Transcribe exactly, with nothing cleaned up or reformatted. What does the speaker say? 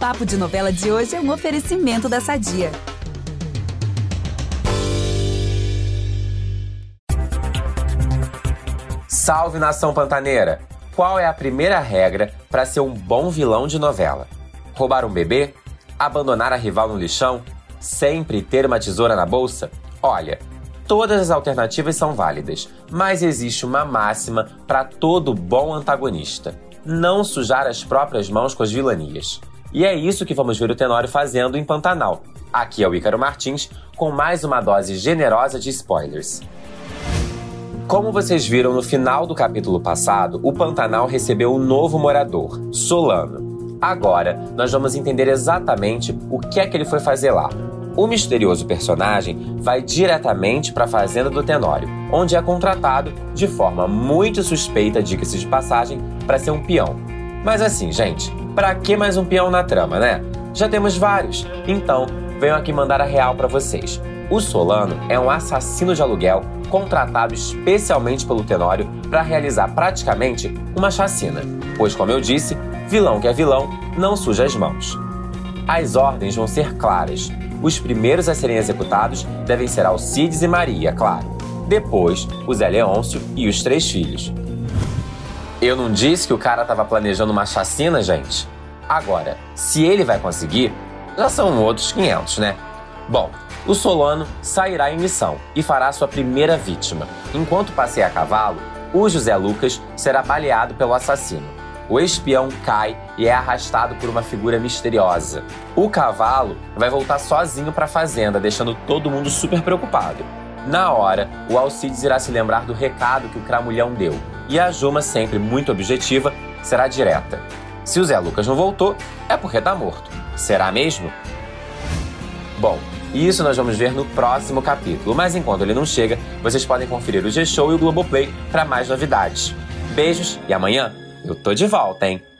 Papo de Novela de hoje é um oferecimento da Sadia. Salve, nação pantaneira! Qual é a primeira regra para ser um bom vilão de novela? Roubar um bebê? Abandonar a rival no lixão? Sempre ter uma tesoura na bolsa? Olha, todas as alternativas são válidas, mas existe uma máxima para todo bom antagonista: não sujar as próprias mãos com as vilanias. E é isso que vamos ver o Tenório fazendo em Pantanal. Aqui é o Ícaro Martins com mais uma dose generosa de spoilers. Como vocês viram no final do capítulo passado, o Pantanal recebeu um novo morador, Solano. Agora, nós vamos entender exatamente o que é que ele foi fazer lá. O misterioso personagem vai diretamente para a fazenda do Tenório, onde é contratado, de forma muito suspeita, diga-se de passagem, para ser um peão. Mas assim, gente, para que mais um peão na trama, né? Já temos vários, então venho aqui mandar a real para vocês. O Solano é um assassino de aluguel contratado especialmente pelo Tenório para realizar praticamente uma chacina. Pois, como eu disse, vilão que é vilão não suja as mãos. As ordens vão ser claras. Os primeiros a serem executados devem ser Alcides e Maria, claro. Depois, o Zé Leôncio e os três filhos. Eu não disse que o cara estava planejando uma chacina, gente? Agora, se ele vai conseguir, já são outros quinhentos, né? Bom, o Solano sairá em missão e fará sua primeira vítima. Enquanto passeia a cavalo, o José Lucas será baleado pelo assassino. O espião cai e é arrastado por uma figura misteriosa. O cavalo vai voltar sozinho para a fazenda, deixando todo mundo super preocupado. Na hora, o Alcides irá se lembrar do recado que o Cramulhão deu. E a Juma, sempre muito objetiva, será direta. Se o Zé Lucas não voltou, é porque tá morto. Será mesmo? Bom, isso nós vamos ver no próximo capítulo, mas enquanto ele não chega, vocês podem conferir o G-Show e o Globoplay para mais novidades. Beijos e amanhã eu tô de volta, hein?